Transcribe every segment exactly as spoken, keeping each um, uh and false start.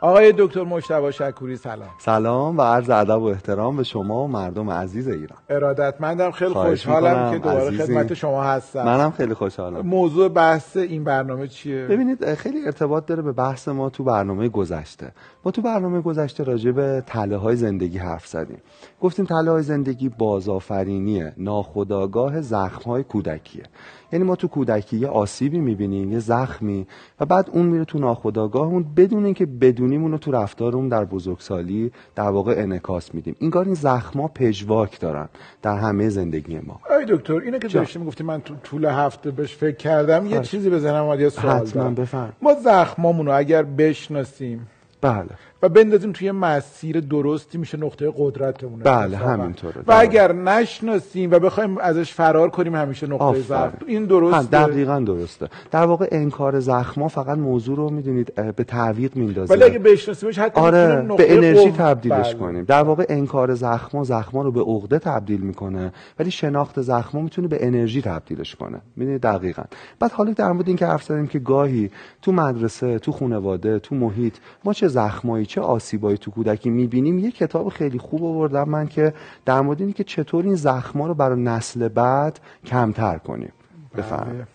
آقای دکتر مجتبی شکوری سلام. سلام و عرض ادب و احترام به شما و مردم عزیز ایران. ارادتمندم، خیلی خوشحالم که دوباره خدمت شما هستم. منم خیلی خوشحالم. موضوع بحث این برنامه چیه؟ ببینید خیلی ارتباط داره به بحث ما تو برنامه گذشته. ما تو برنامه گذشته راجع به تله‌های زندگی حرف زدیم. گفتیم تله‌های زندگی بازآفرینی ناخودآگاه زخم‌های کودکیه. یعنی ما تو کودکی یه آسیبی می‌بینیم، یه زخمی، و بعد اون میره تو ناخودآگاهمون بدون اینکه بدونیم اونو تو رفتارمون در بزرگسالی در واقع انعکاس میدیم. اینگار این زخم‌ها پژواک دارن در همه زندگی ما. آی دکتر، اینه که داشتیم میگفتیم من تو طول هفته بهش فکر کردم، یه چیزی بزنم اومد یه سوال حتما دارم. بفرم. ما زخمامونو اگر بشناسیم بله و بندازیم توی مسیر درستی، میشه نقطه قدرتمون. بله همینطوره. و اگر نشناسیم و بخوایم ازش فرار کنیم، همیشه نقطه ضعف. این درسته؟ دقیقاً درسته. در واقع انکار زخم‌ها فقط موضوع رو میدونید به تعویق میندازه. ولی اگه بشناسیمش حتی آره به انرژی تبدیلش بله. کنیم. در واقع انکار زخم‌ها زخم‌ها رو به عقده تبدیل میکنه، ولی شناخت زخم‌ها میتونه به انرژی تبدیلش کنه. میدونید دقیقاً. بعد حالا در مورد اینکه حرف زدیم که گاهی تو مدرسه، تو خانواده، تو محیط ما چه زخمایی چه آسیبایی تو کودکی می‌بینیم، یه کتاب خیلی خوب آوردم من که در مورد اینه که چطور این زخم‌ها رو برای نسل بعد کمتر کنیم. بفرمایید.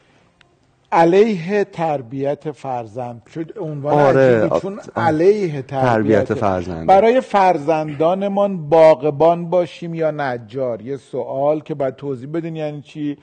علیه تربیت فرزند شد عنوان آره عجیبی، چون علیه تربیت, تربیت فرزند. برای فرزندانمان باغبان باشیم یا نجار؟ یه سوال که باید توضیح بدین یعنی چی.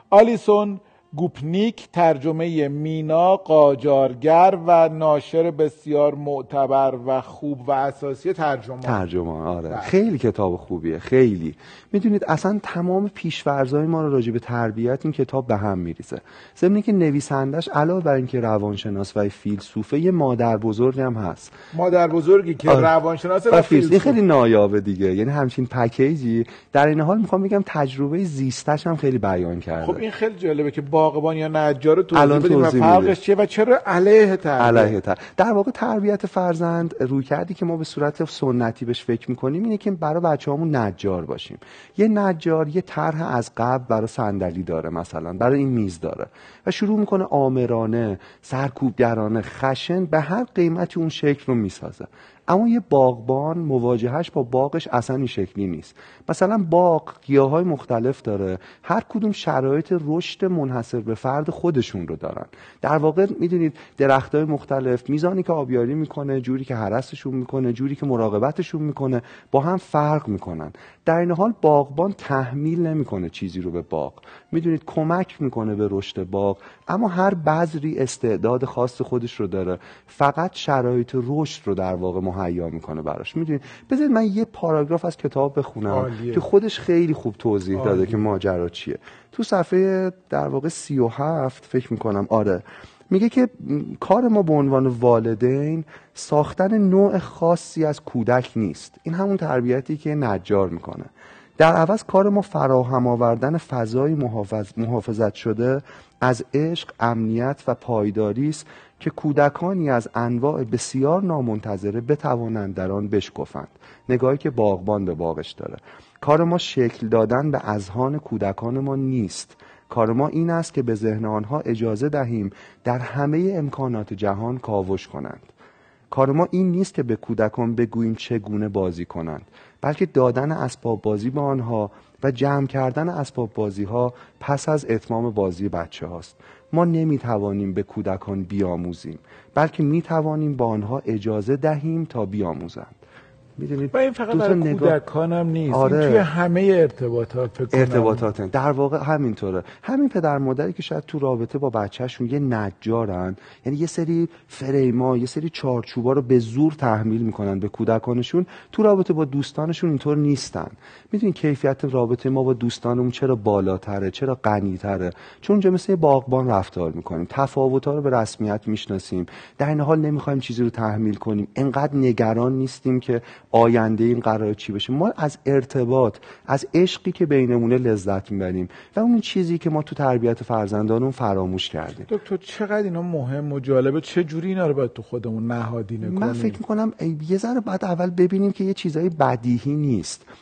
آلیسون گوپنیک، ترجمه مینا قاجارگر و ناشر بسیار معتبر و خوب و اساسی ترجمه ترجمه آره ده. خیلی کتاب خوبیه. خیلی میدونید اصلا تمام پیش‌فرض‌های ما رو راجع به تربیت این کتاب به هم میریزه. ضمن که نویسندش علاوه بر اینکه روانشناس و فیلسوفه، یه مادر بزرگی هم هست. مادر بزرگی که آره. روانشناس و, و فیلسوف. این خیلی نایابه دیگه، یعنی همچین پکیجی. در این حال میخوام بگم تجربه زیستش هم خیلی بیان کرده. خب این خیلی جالبه که باغبان یا نجار رو توضیح بدیم و فرقش چیه و چرا علیه تربیت. علیه تر. در واقع تربیت فرزند رویکردی که ما به صورت سنتی بهش فکر میکنیم اینه که برای بچه‌هامون نجار باشیم. یه نجار یه طرح از قبل برای صندلی داره، مثلا برای این میز داره و شروع میکنه آمرانه، سرکوبگرانه، خشن به هر قیمتی اون شکل رو میسازه. اما یه باغبان مواجهش با باغش اصلا این شکلی نیست. مثلا باغ گیاهای مختلف داره، هر کدوم شرایط رشد منحصر به فرد خودشون رو دارن. در واقع میدونید درختای مختلف، میزانی که آبیاری میکنه، جوری که هرسشون میکنه، جوری که مراقبتشون میکنه، با هم فرق میکنن. در این حال باغبان تحمیل نمیکنه چیزی رو به باغ، میدونید کمک میکنه به رشد باغ، اما هر بذری استعداد خاص خودش رو داره، فقط شرایط رشد رو در واقع مهیا میکنه براش. میدونید بذارید من یه پاراگراف از کتاب بخونم آلیه. که خودش خیلی خوب توضیح آلیه. داده که ماجرا چیه. تو صفحه در واقع سی و هفت فکر میکنم آره میگه که کار ما به عنوان والدین ساختن نوع خاصی از کودک نیست. این همون تربیتی که نجار میکنه. در عوض کار ما فراهم آوردن فضای محافظ محافظت شده از عشق، امنیت و پایداری است که کودکانی از انواع بسیار نامنتظره بتوانند در آن بشکفند. نگاهی که باغبان به باغش داره. کار ما شکل دادن به اذهان کودکان ما نیست. کار ما این است که به ذهن آنها اجازه دهیم در همه امکانات جهان کاوش کنند. کار ما این نیست که به کودکان بگوییم چگونه بازی کنند، بلکه دادن اسباب بازی به آنها و جمع کردن اسباب بازی ها پس از اتمام بازی بچه هاست. ما نمی توانیم به کودکان بیاموزیم، بلکه می توانیم با آنها اجازه دهیم تا بیاموزند. میدونید و این فقط برای کودکان هم نیست. آره. این توی همه ارتباطات فکر کنم ارتباطات در واقع همینطوره. همین پدر مادری که شاید تو رابطه با بچه‌شون یه نجارن، یعنی یه سری فریما، یه سری چارچوبا رو به زور تحمیل میکنن به کودکانشون، تو رابطه با دوستانشون اینطور نیستن. میدونید کیفیت رابطه ما با دوستانمون چرا بالاتره، چرا غنی‌تره؟ چون اونجا مثل باغبان رفتار میکنیم، تفاوت‌ها رو به رسمیت میشناسیم، در این حال نمیخوایم چیزی رو تحمیل کنیم، انقدر نگران نیستیم که آینده این قرار چی بشه. ما از ارتباط، از عشقی که بینمونه لذت میبریم و اون چیزی که ما تو تربیت فرزندانمون فراموش کردیم. دکتر چقدر اینا مهم و جالبه، چه جوری اینا رو باید تو خودمون نهادینه کنیم؟ من فکر میکنم یه ذره بعد اول ببینیم که یه چیزای بدیهی نیست.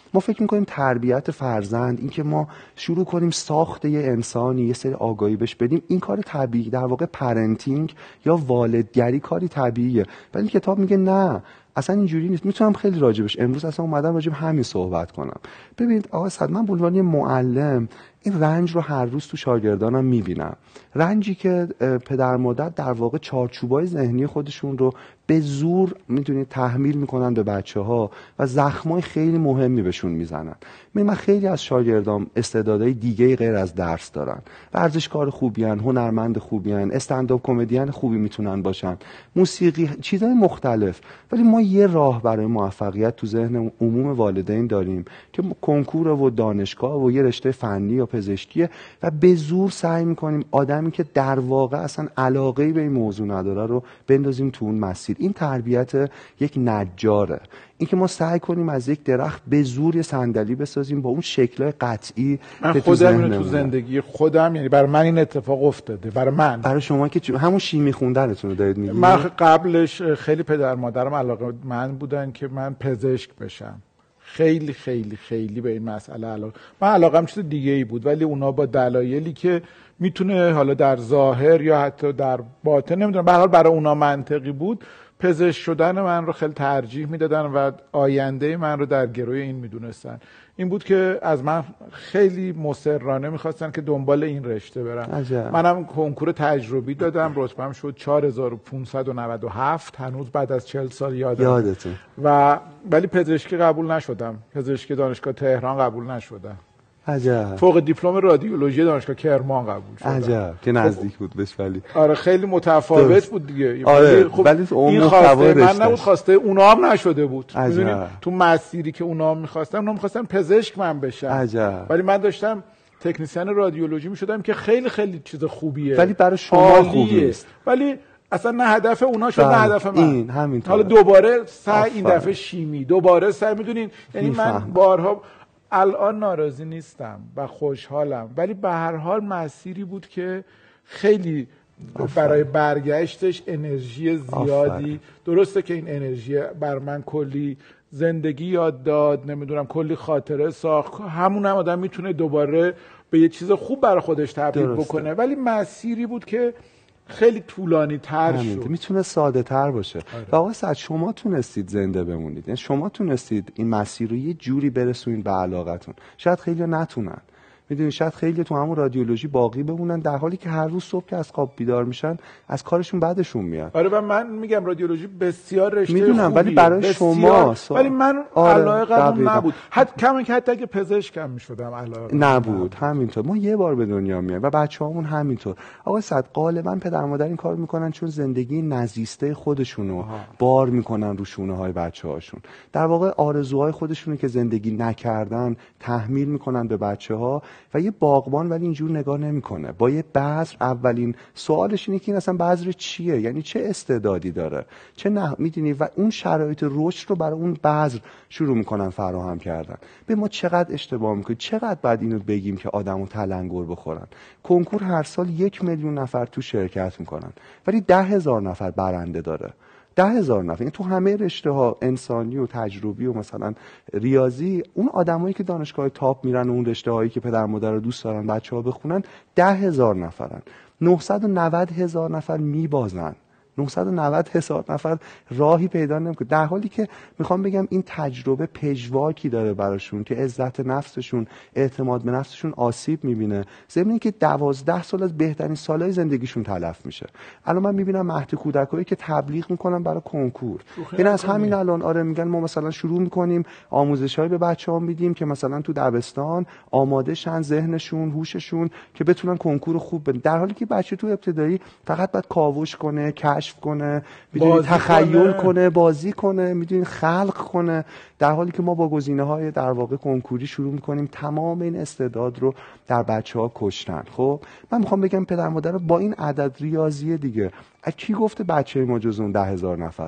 ما فکر میکنیم تربیت فرزند، این که ما شروع کنیم ساخت یه انسانی، یه سری آگاهی بهش بدیم، این کار طبیعی، در واقع پرنتینگ یا والدگری کاری طبیعیه. ولی این کتاب میگه نه، اصلا اینجوری نیست. میتونم خیلی راجبش امروز اصلا اومدم راجب همین صحبت کنم. ببینید آقا صد، من به عنوان یه معلم این رنج رو هر روز تو شاگردانم میبینم. رنجی که پدر مادر در واقع چارچوبای ذهنی خودشون رو به زور میدونید تحمیل میکنن به بچه‌ها و زخمای خیلی مهمی بهشون میزنن. من خیلی از شاگردام استعدادهای دیگه غیر از درس دارن. ورزشکار خوبیان، هنرمند خوبیان، استندآپ کمدین خوبی میتونن باشن، موسیقی، چیزهای مختلف. ولی ما یه راه برای موفقیت تو ذهن عموم والدین داریم که کنکور و دانشگاه و یه رشته فنی یا پزشکیه و به زور سعی میکنیم آدمی که در واقع اصلا علاقه‌ای به این موضوع نداره رو بندازیم تو اون مسیر. این تربیت یک نجاره. این که ما سعی کنیم از یک درخت به زور یه صندلی بسازیم با اون شکل‌های قطعی. من خودم اینو تو زندگی خودم، یعنی برای من این اتفاق افتاده. برای من، برای شما که همون شیمی خوندنتون رو دارید میگید. من قبلش خیلی پدر مادرم علاقه من بودن که من پزشک بشم. خیلی خیلی خیلی به این مسئله علاقه. من علاقم چیز دیگه ای بود، ولی اونا با دلایلی که میتونه حالا در ظاهر یا حتی در باطن، نمیدونم، به هر حال برای اونا منطقی بود، پزشک شدن من رو خیلی ترجیح میدادن و آینده من رو در گروی این میدونستن. این بود که از من خیلی مصرانه میخواستن که دنبال این رشته برم. عجب. منم کنکور تجربی دادم، رتبه‌ام شد چهار هزار و پانصد و نود و هفت، هنوز بعد از چهل سال یادم. یادتون. و ولی پزشکی قبول نشدم، پزشکی دانشگاه تهران قبول نشدم. عجب. فوق دیپلم رادیولوژی دانشگاه کرمان قبول شدم. عجب، که نزدیک بود بهش. ولی آره خیلی متفاوت درست. بود دیگه. آره خب ولی این خواسته من نبود، خواسته اونا هم نشده بود. می‌دونید تو مسیری که اونا می‌خواستن، اونا می‌خواستن پزشک من بشم. عجب. ولی من داشتم تکنسین رادیولوژی می‌شدم که خیلی خیلی چیز خوبیه، ولی برای شما خوب نیست. ولی اصلا نه هدف اونا شد نه هدف من. این همینطور. حالا دوباره سعی این دفعه شیمی، دوباره سعی، می‌دونین، یعنی من بارها الان ناراضی نیستم و خوشحالم، ولی به هر حال مسیری بود که خیلی برای برگشتش انرژی زیادی آفر. درسته که این انرژی بر من کلی زندگی یاد داد، نمیدونم کلی خاطره ساخت، همون هم آدم میتونه دوباره به یه چیز خوب برای خودش تبدیل بکنه، ولی مسیری بود که خیلی طولانی تر شد. میتونه ساده تر باشه. و آقا سعد، شما تونستید زنده بمونید، یعنی شما تونستید این مسیر رو یه جوری برسونید به علاقتون. شاید خیلی نتونن. میدونی شاید خیلی تو همون رادیولوژی باقی بمونن، در حالی که هر روز صبح که از خواب بیدار میشن از کارشون بعدشون میاد. آره و من میگم رادیولوژی بسیار رشته میدونم خوبیه، ولی برای بسیار. شما سا... ولی من آره علاقه‌ام نبود. حتی کم که حتی اگه پزشکم میشدم علاقه نبود. همینطور ما یه بار به دنیا میایم و بچه‌هامون همینطور. آقا صد، غالبا پدر مادر این کارو میکنن چون زندگی نزیسته خودشونو بار میکنن رو شونه‌های بچه‌هاشون. در واقع آرزوهای خودشونو که زندگی نکردن تحمیل میکنن به بچه‌ها و یه باغبان ولی اینجور نگاه نمیکنه. با یه بذر اولین سوالش اینه که این اصلا بذر چیه، یعنی چه استعدادی داره، چه نه، میدونی، و اون شرایط رشد رو برای اون بذر شروع میکنن فراهم کردن. به ما چقدر اشتباه میکنیم، چقدر بعد اینو بگیم که آدمو تلنگر بخورن. کنکور هر سال یک میلیون نفر تو شرکت میکنن ولی ده هزار نفر برنده داره. ده هزار نفر. این تو همه رشته ها، انسانی و تجربی و مثلا ریاضی، اون آدمایی که دانشگاه تاپ میرن و اون رشته هایی که پدر مادر رو دوست دارن بچه ها بخونن، ده هزار نفرن. نهصد و نود هزار نفر میبازن. نهصد و نود هزار نفر راهی پیدا نمیکنه، در حالی که میخوام بگم این تجربه پژواکی داره براشون که عزت نفسشون، اعتماد به نفسشون آسیب میبینه، ضمن اینکه دوازده سال از بهترین سالهای زندگیشون تلف میشه. الان من میبینم مهد کودکایی که تبلیغ میکنن برای کنکور، این از همین الان آره میگن ما مثلا شروع میکنیم آموزش‌های به بچه‌ها میدیم که مثلا تو دبستان آماده شن ذهنشون، هوششون که بتونن کنکور خوب بدن، در حالی که بچه تو ابتدایی فقط باید کاوش کنه، کشف کنه، میدونی تخیل کنه. کنه بازی کنه، میدونی خلق کنه، در حالی که ما با گزینه‌های در واقع کنکوری شروع میکنیم تمام این استعداد رو در بچه‌ها کشتن. خب من میخوام بگم پدر مادر با این عدد ریاضی دیگه، کی گفته بچه ما جز اون ده هزار نفره؟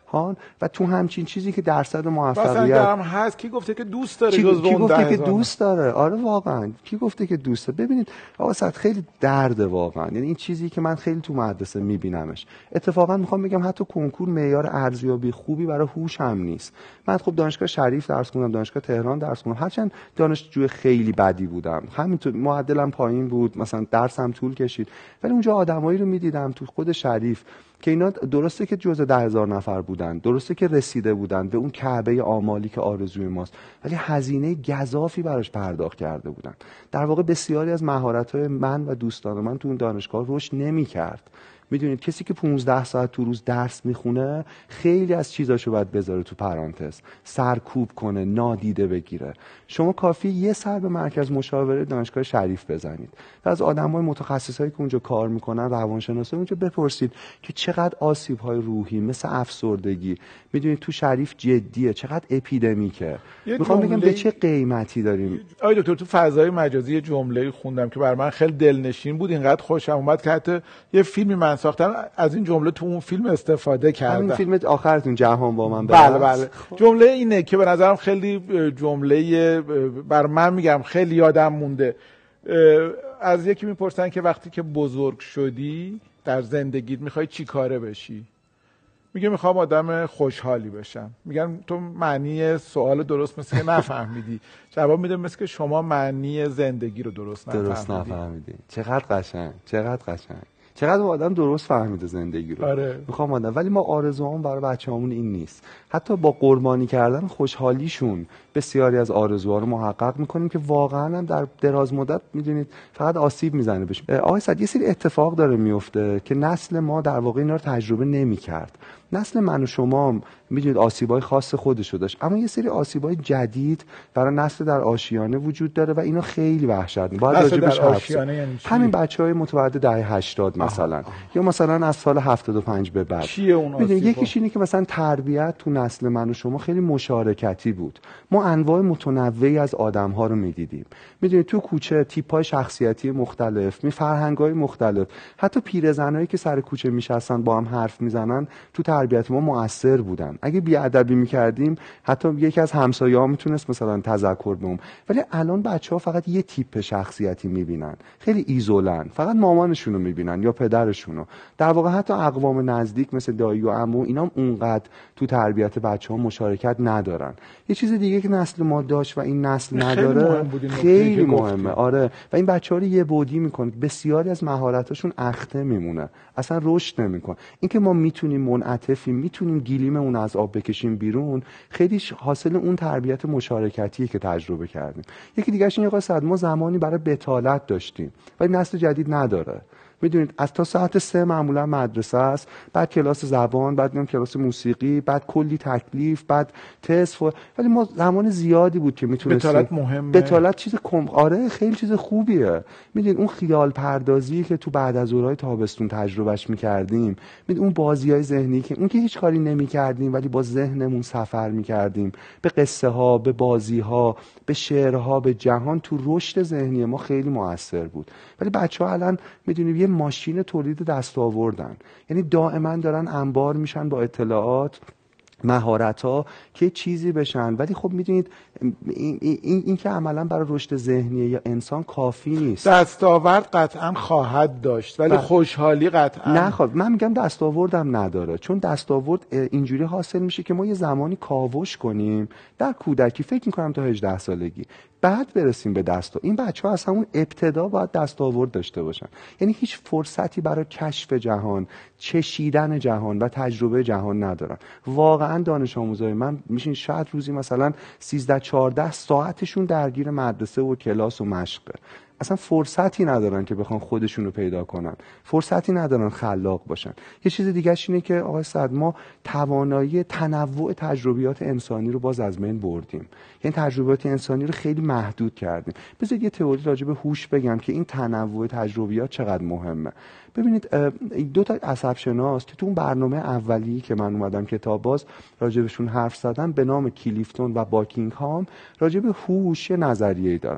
ها و تو همچین چیزی که درصد مثلا موفقیت هم هست کی گفته که دوست داره کی, جز کی اون گفته ده که هزار؟ دوست داره؟ آره واقعا کی گفته که دوست داره؟ ببینید آقا صد خیلی درده واقعا، یعنی این چیزی که من خیلی تو مدرسه میبینمش. اتفاقا میخوام بگم حتی کنکور معیار ارزیابی خوبی برای هوش هم نیست. من خب دانشگاه شریف درس خوندم، دانشگاه تهران درس خوندم، هرچند دانشجوی خیلی بدی بودم، همینطور معدلم پایین بود، مثلا درسم طول کشید، ولی اونجا آدمایی رو میدیدم تو خود شریف که اینا درسته که جزء ده هزار نفر بودن، درسته که رسیده بودن به اون کعبه آمالی که آرزوی ماست، ولی هزینه گزافی براش پرداخت کرده بودن. در واقع بسیاری از مهارت‌های من و دوستان من تو اون دانشگاه رشد نمی‌کرد. میدونید کسی که پانزده ساعت تو روز درس میخونه خیلی از چیزاشو باید بذاره تو پرانتز، سرکوب کنه، نادیده بگیره. شما کافی یه سر به مرکز مشاوره دانشگاه شریف بزنید و از آدمای متخصصایی که اونجا کار میکنن، روانشناسا اونجا بپرسید که چقدر آسیب‌های روحی مثل افسردگی میدونید تو شریف جدیه، چقدر اپیدمیکه. میخوام بگم به چه قیمتی داریم. آقای دکتر تو فضای مجازی یه جمله خوندم که بر من خیلی دلنشین بود، اینقدر خوشم اومد که حتی یه فیلمی من ساختم از این جمله تو اون فیلم استفاده کردم. همین فیلم آخرتون جهان با من بله بله. جمله اینه که به نظرم خیلی جمله بر من میگم خیلی یادم مونده. از یکی میپرسن که وقتی که بزرگ شدی در زندگیت میخوای چی کاره بشی؟ میگه میخوام آدم خوشحالی بشم. میگن تو معنی سوال درست مثل که نفهمیدی. جواب میده مثل که شما معنی زندگی رو درست نفهمیدی. درست نفهمیدی. چقدر قشنگ، چقدر قشنگ. چقدر آدم درست فهمیده زندگی رو. آره. میخوام آدم، ولی ما آرزوامون برای بچه‌هامون این نیست. حتی با قربانی کردن خوشحالیشون بسیاری از آرزوها رو محقق میکنیم که واقعا هم در دراز مدت میدونید فقط آسیب میزنه بهش. آقای سعد یه سری اتفاق داره میفته که نسل ما در واقع اینا رو تجربه نمیکرد. نسل من و شما میدونید آسیبای خاص خودشو داشت، اما یه سری آسیبای جدید برای نسل در آشیانه وجود داره و اینا خیلی وحشتناک. باید راجبش حرف زد. یعنی همین بچهای متولد دهه هشتاد مثلا، آه آه. یا مثلا از سال هفتاد و پنج به بعد. چیه اون آسیبا؟ یکیش اینه که مثلا تربیت تو نسل من و شما خیلی مشارکتی بود. ما انواع متنوعی از آدم‌ها رو می‌دیدیم. میدونید تو کوچه تیپ‌های شخصیتی مختلف، می فرهنگ‌های مختلف، حتی پیرزنایی که سر کوچه میشستن با هم حرف میزنن تو تربیت ما مؤثر بودن. اگه بی‌ادبی می‌کردیم حتی یکی از همسایه‌ها میتونست مثلا تذکر بهم، ولی الان بچه‌ها فقط یه تیپ شخصیتی می‌بینن، خیلی ایزولن، فقط مامانشون رو می‌بینن یا پدرشون رو. در واقع حتی اقوام نزدیک مثل دایی و عمو اینا هم اونقدر تو تربیت بچه‌ها مشارکت ندارن. یه چیز دیگه که نسل ما داشت و این نسل نداره خیلی, خیلی مهمه. آره، و این بچه‌ها رو یه بعدی می‌کنه، بسیاری از مهارتاشون اخته میمونه، اصلا رشد نمی‌کنه. اینکه ما میتونیم منعطفیم، میتونیم گلیممون از آب بکشیم بیرون، خیلی حاصل اون تربیت مشارکتیه که تجربه کردیم. یکی دیگه‌ش اینه که ما زمانی برای بتالت داشتیم ولی نسل جدید نداره. میدونید از تا ساعت سه معمولا مدرسه است، بعد کلاس زبان، بعد میام کلاس موسیقی، بعد کلی تکلیف، بعد تست و... ولی ما زمان زیادی بود که میتونستیم. بتالت مهمه. بتالت چیز کم... آره خیلی چیز خوبیه. میدونید اون خیال پردازی که تو بعد از ظهرهای تابستون تجربهش میکردیم، میدونید اون بازیای ذهنی که اون که هیچ کاری نمیکردیم ولی با ذهنمون سفر میکردیم به قصه ها، به بازی ها، به شعرها، به جهان، تو رشد ذهنی ما خیلی موثر بود. ولی بچه‌ها الان میدونید یه ماشین تولید دستاوردن، یعنی دائما دارن انبار میشن با اطلاعات، مهارت‌ها که چیزی بشن، ولی خب میدونید این, این, این که عملا برای رشد ذهنی یا انسان کافی نیست. دستاورد قطعا خواهد داشت ولی خوشحالی قطعا نه. خب من میگم دستاوردم نداره، چون دستاورد اینجوری حاصل میشه که ما یه زمانی کاوش کنیم در کودکی، فکر میکنم تا هجده سالگی، بعد برسیم به دستا. این بچه‌ها از همون ابتدا باید دستاورد داشته باشن، یعنی هیچ فرصتی برای کشف جهان، چشیدن جهان و تجربه جهان ندارن. واقعا دانش آموزای من میشین شاید روزی مثلا سیزده چهارده ساعتشون درگیر مدرسه و کلاس و مشقه، اصلا فرصتی ندارن که بخوان خودشون رو پیدا کنن، فرصتی ندارن خلاق باشن. یه چیز دیگه‌ش اینه که آقای سعد ما توانایی تنوع تجربیات انسانی رو باز از بین بردیم، یعنی تجربیات انسانی رو خیلی محدود کردیم. بذارید یه تئوری راجع به هوش بگم که این تنوع تجربیات چقدر مهمه. ببینید دو تا عصب شناس که تو اون برنامه اولی که من اومدم کتاب باز راجبشون حرف زدم به نام کلیفتون و باکینگهام، راجب هوش نظریه‌ای دارن.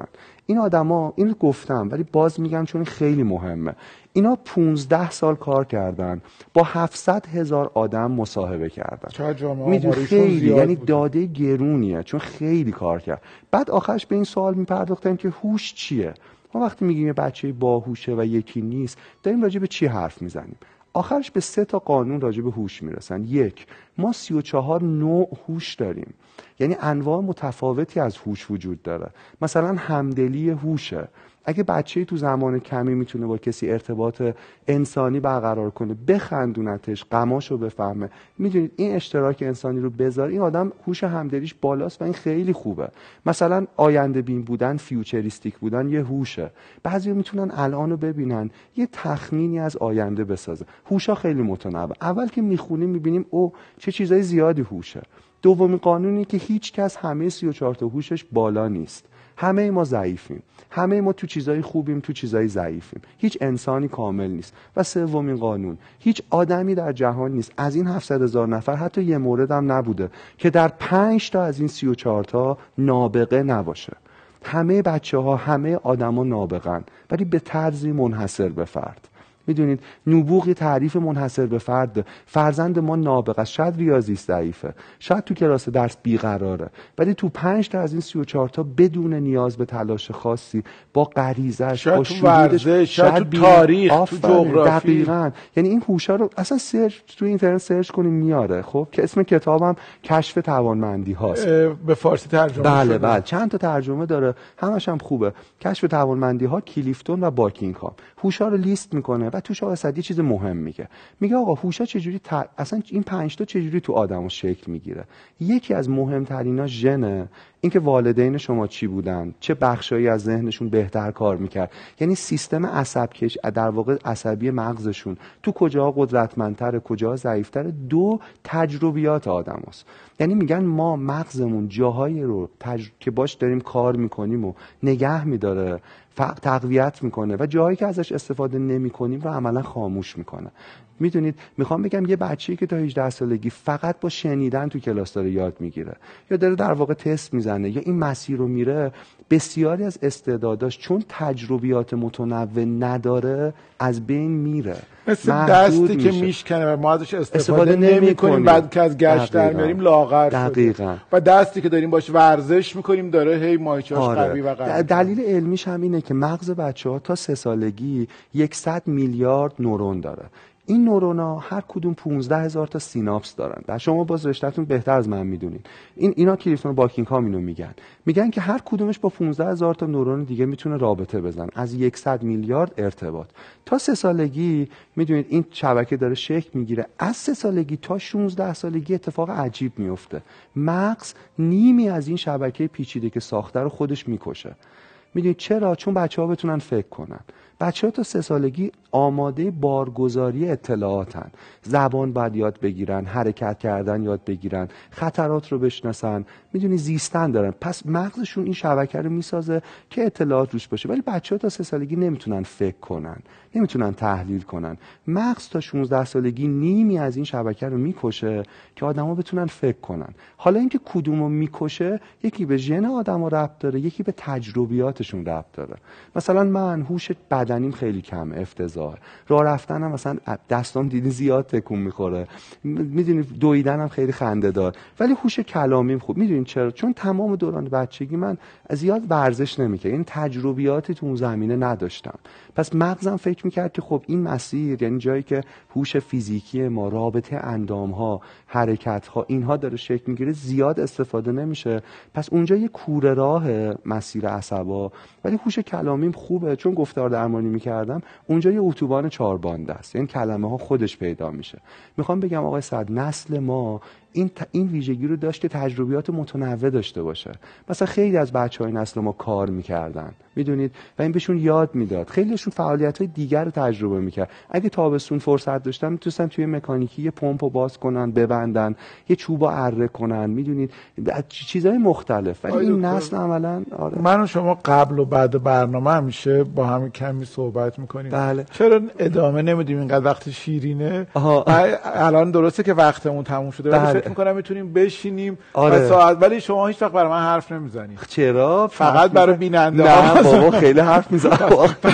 این آدما اینو گفتم ولی باز میگم چون خیلی مهمه. اینا پونزده سال کار کردن، با هفتصد هزار آدم مصاحبه کردن. چه جامعه میدونی خیلی، یعنی بود. داده گرونیه چون خیلی کار کرد. بعد آخرش به این سوال میپرداختن که هوش چیه؟ ما وقتی میگیم یه بچه باهوشه و یکی نیست، داریم راجع به چی حرف میزنیم؟ آخرش به سه تا قانون راجع به هوش میرسن. یک، ما سی و چهار نوع هوش داریم، یعنی انواع متفاوتی از هوش وجود داره. مثلا همدلی هوشه. اگه بچه‌ای تو زمان کمی میتونه با کسی ارتباط انسانی برقرار کنه، بخندونتش، غماشو بفهمه، میدونید این اشتراک انسانی رو بذاره، این آدم هوش همدلیش بالاست و این خیلی خوبه. مثلا آینده بین بودن، فیوچریستیک بودن یه هوشه. بعضیا میتونن الانو ببینن، یه تخمینی از آینده بسازه. هوشا خیلی متنوع. اول که میخونیم میبینیم او چه چیزای زیادی هوشه. دومین قانونی که هیچ کس همه سی و چهار تا هوشش بالا نیست. همه ما ضعیفیم، همه ما تو چیزای خوبیم، تو چیزای ضعیفیم. هیچ انسانی کامل نیست. و سومین قانون، هیچ آدمی در جهان نیست، از این هفتصد هزار نفر حتی یه مورد هم نبوده که در پنج تا از این سی و چهار تا نابغه نباشه. همه بچه ها، همه آدما نابغن، ولی به طرزی منحصر به فرد. میدونید نبوغی تعریف منحصر به فرد. فرزند ما نابغه است، شاید ریاضیش ضعیفه، شاید تو کلاس درس بیقراره، ولی تو پنج تا از این سی و چهار تا بدون نیاز به تلاش خاصی، با غریزه‌اش، با شهودش، شاید تو تاریخ، تو جغرافی، دقیقاً. یعنی این هوشا رو اصلا سرچ تو اینترنت سرچ کنیم میاره. خب که اسم کتابم کشف توانمندی هاست، به فارسی ترجمه بله شده. بله چند تا ترجمه داره، همش هم خوبه. کشف توانمندی ها، کلیفتون و باکینگهام. هوشا رو لیست میکنه و توش آقا یه چیز مهم میگه. میگه آقا هوشا چجوری ت... اصلا این پنج تا چجوری تو آدمو شکل میگیره. یکی از مهمترینا ژنه، اینکه والدین شما چی بودن، چه بخشایی از ذهنشون بهتر کار میکرد، یعنی سیستم عصبکش در واقع عصبی مغزشون تو کجا قدرتمندتره، کجا ضعیفتره. دو، تجربیات آدماست. یعنی میگن ما مغزمون جاهایی رو تج... که باش داریم کار میکنیم و نگه میداره، تقویت میکنه و جایی که ازش استفاده نمیکنیم رو عملا خاموش میکنه. میدونید میخوام بگم یه بچه‌ای که تا هجده سالگی فقط با شنیدن تو کلاس داره یاد میگیره یا داره در واقع تست میزنه یا این مسیر رو میره، بسیاری از استعداداش چون تجربیات متنوع نداره از بین میره. مثل دستی که میشکنه و ما ازش استفاده, استفاده نمی کنیم، بعد که از گشت در میاریم لاغر دقیقاً. و دستی که داریم باش ورزش میکنیم داره هی مایچاش آره. قوی و قوی. دلیل علمیش هم اینه که مغز بچه‌ها تا سه سالگی صد میلیارد نورون داره. این نورونا هر کدوم پونزده هزار تا سیناپس دارن. در شما باز رشته‌تون بهتر از من میدونین. این اینا کلیفتون و باکینگهام اینو میگن. میگن که هر کدومش با پونزده هزار تا نورون دیگه میتونه رابطه بزنه. از صد میلیارد ارتباط. تا سه سالگی میدونید این شبکه داره شکل میگیره. از سه سالگی تا شانزده سالگی اتفاق عجیب میفته. مغز نیمی از این شبکه پیچیده که ساخته رو خودش میکشه. میدونید چرا؟ چون بچه‌ها بتونن فکر کنن. بچه‌ها تا سه سالگی آماده بارگذاری اطلاعاتن. زبان باید یاد بگیرن، حرکت کردن یاد بگیرن، خطرات رو بشناسن، میدونی زیستن دارن. پس مغزشون این شبکه رو میسازه که اطلاعات روش باشه. ولی بچه‌ها تا سه سالگی نمیتونن فکر کنن، نمیتونن تحلیل کنن. مغز تا شانزده سالگی نیمی از این شبکه رو میکشه که آدما بتونن فکر کنن. حالا اینکه کدومو میکشه، یکی به ژن آدما ربط داره، یکی به تجربیاتشون ربط داره. مثلا من هوش بدنیم خیلی کم، افتضاح. راه رفتنم مثلا دستام دیدی زیاد تکون میخوره، میدونی دویدنم خیلی خنده دار، ولی هوش کلامیم خوب. میدونین چرا؟ چون تمام دوران بچگی من زیاد ورزش نمیکردم، این تجربیاتی تو اون زمینه نداشتم. پس مغزم فکر میکرد که خب این مسیر، یعنی جایی که هوش فیزیکی ما، رابطه اندامها، حرکتها، اینها داره شکل میگیره، زیاد استفاده نمیشه. پس اونجا یه کوره راه مسیر عصبا، ولی هوش کلامیم خوبه چون گفتار درمانی میکردم. اونجا یه اتوبان چهار بانده است، یعنی کلمه ها خودش پیدا میشه. میخوام بگم آقای سعد، نسل ما این ت... این ویژگی رو داشت که تجربیات متنوع داشته باشه. مثلا خیلی از بچهای نسل ما کار میکردن، میدونید، و این بهشون یاد میداد. خیلیشون فعالیت‌های دیگر رو تجربه میکرد. اگه تابستون فرصت داشتن میتونستن توی مکانیکی یه پمپو باز کنن، ببندن، یه چوبو اره کنن، میدونید، چیزهای مختلف. ولی این نسل عملاً آره. من و شما قبل و بعد برنامه همیشه با هم کمی صحبت میکنیم. بله. چرا ادامه نمیدیم؟ اینقدر وقت شیرینه. الان درسته که وقتمون تموم شده، ولی فکر میکنم میتونیم بشینیم آره. و ساعت، ولی شما هیچ وقت برای من حرف نمیزنید. چرا؟ فقط برای بیننده نه بابا خیلی حرف میزنم.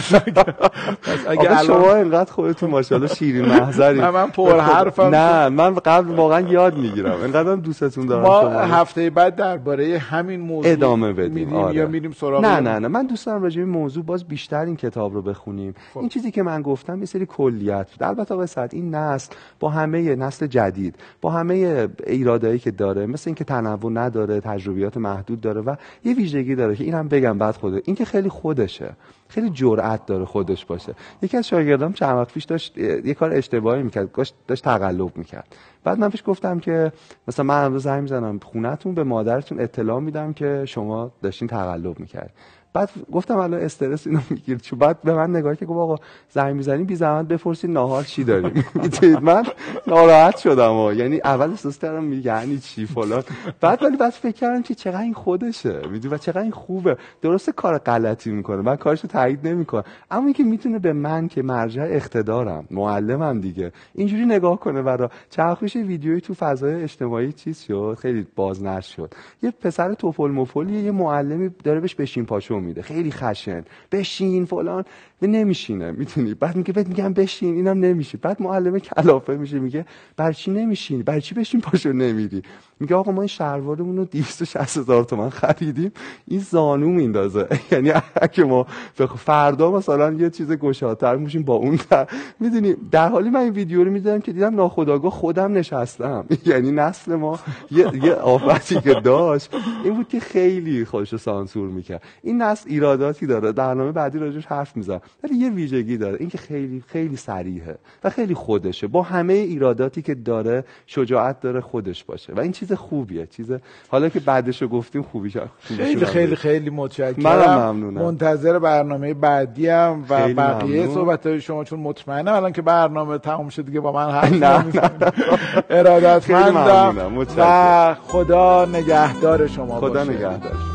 اگه شما اینقدر خودتون ماشاءالله شیرین محضری. نه من پر حرفم. نه من قبل واقعا یاد میگیرم، اینقدرم دوستتون دارم. ما شما هفته بعد درباره همین موضوع ادامه بدیم میریم آره. یا میریم سراغ. نه نه نه من دوست دارم راجع به موضوع باز بیشتر این کتاب رو بخونیم. خب. این چیزی که من گفتم یه سری کلیت بود. البته آقای سعد این نسل با همه نسل جدید با همه ایرادایی که داره، مثل اینکه تنوع نداره، تجربیات محدود داره و یه ویژگی داره که اینم بگم بعد خوده، این که خیلی خودشه، خیلی جرأت داره خودش باشه. یکی از شاگردام چند وقت پیش داشت یه کار اشتباهی میکرد، داشت تقلب میکرد. بعد من پیش گفتم که مثلا من امروز زنگ میزنم خونه‌تون، به مادرتون اطلاع میدم که شما داشتین تقلب میکرد. بعد گفتم الان استرس اینو میگیره، چون بعد به من نگاه که گفت آقا زنگ میزنی بی زحمت بپرسید ناهار چی داریم. میدونید من ناراحت شدم ها، یعنی اول احساس کردم یعنی چی فلان، بعد ولی بعد فکر کردم که چقدر این خودشه، میدونی و چقدر این خوبه. درسته کار غلطی میکنه، من کارشو تایید نمیکنم، اما اینکه میتونه به من که مرجع اقتدارم، معلمم دیگه، اینجوری نگاه کنه. برا چند وقت ویدیویی تو فضای اجتماعی چیز شد، خیلی بازنشر شد، یه پسر توپل مفلی یه معلمی داره بهش بشین پاشو میده، خیلی خشن، بشین فلان و نمیشینه، میتونی. بعد میگه بعد میگم بشین، اینم نمیشه. بعد معلم کلافه میشه، میگه برای چی نمیشینی، برای چی بشین پاشو نمیری؟ میگه آقا ما این شلوارمون رو دویست و شصت هزار تومان خریدیم، این زانو میندازه. یعنی اگه ما فردا مثلا یه چیز گشادتر میشیم با اون تر، میدونی. در حالی من این ویدیو رو میدیدم که دیدم ناخودآگاه خودم نشستم. یعنی نسل ما یه یه آفتی که داشت این بود که خیلی خودشو سانسور میکرد. این نسل ایراداتی داره، برنامه بعدی راجعش حرف میزنم، ولی یه ویژگی داره، این که خیلی خیلی صریحه و خیلی خودشه، با همه ایراداتی که داره شجاعت داره خودش باشه و این چیز خوبیه. چیز حالا که بعدشو گفتیم خوبیشه. خیلی خیلی خیلی متشکرم. منم ممنونم. منتظر برنامه بعدی ام و بقیه صحبت‌های شما، چون مطمئنم الان که برنامه تموم شد دیگه با من حرف نمی‌زنید. ارادتمندم و خدا نگهدار شما خدا باشه. نگهدار.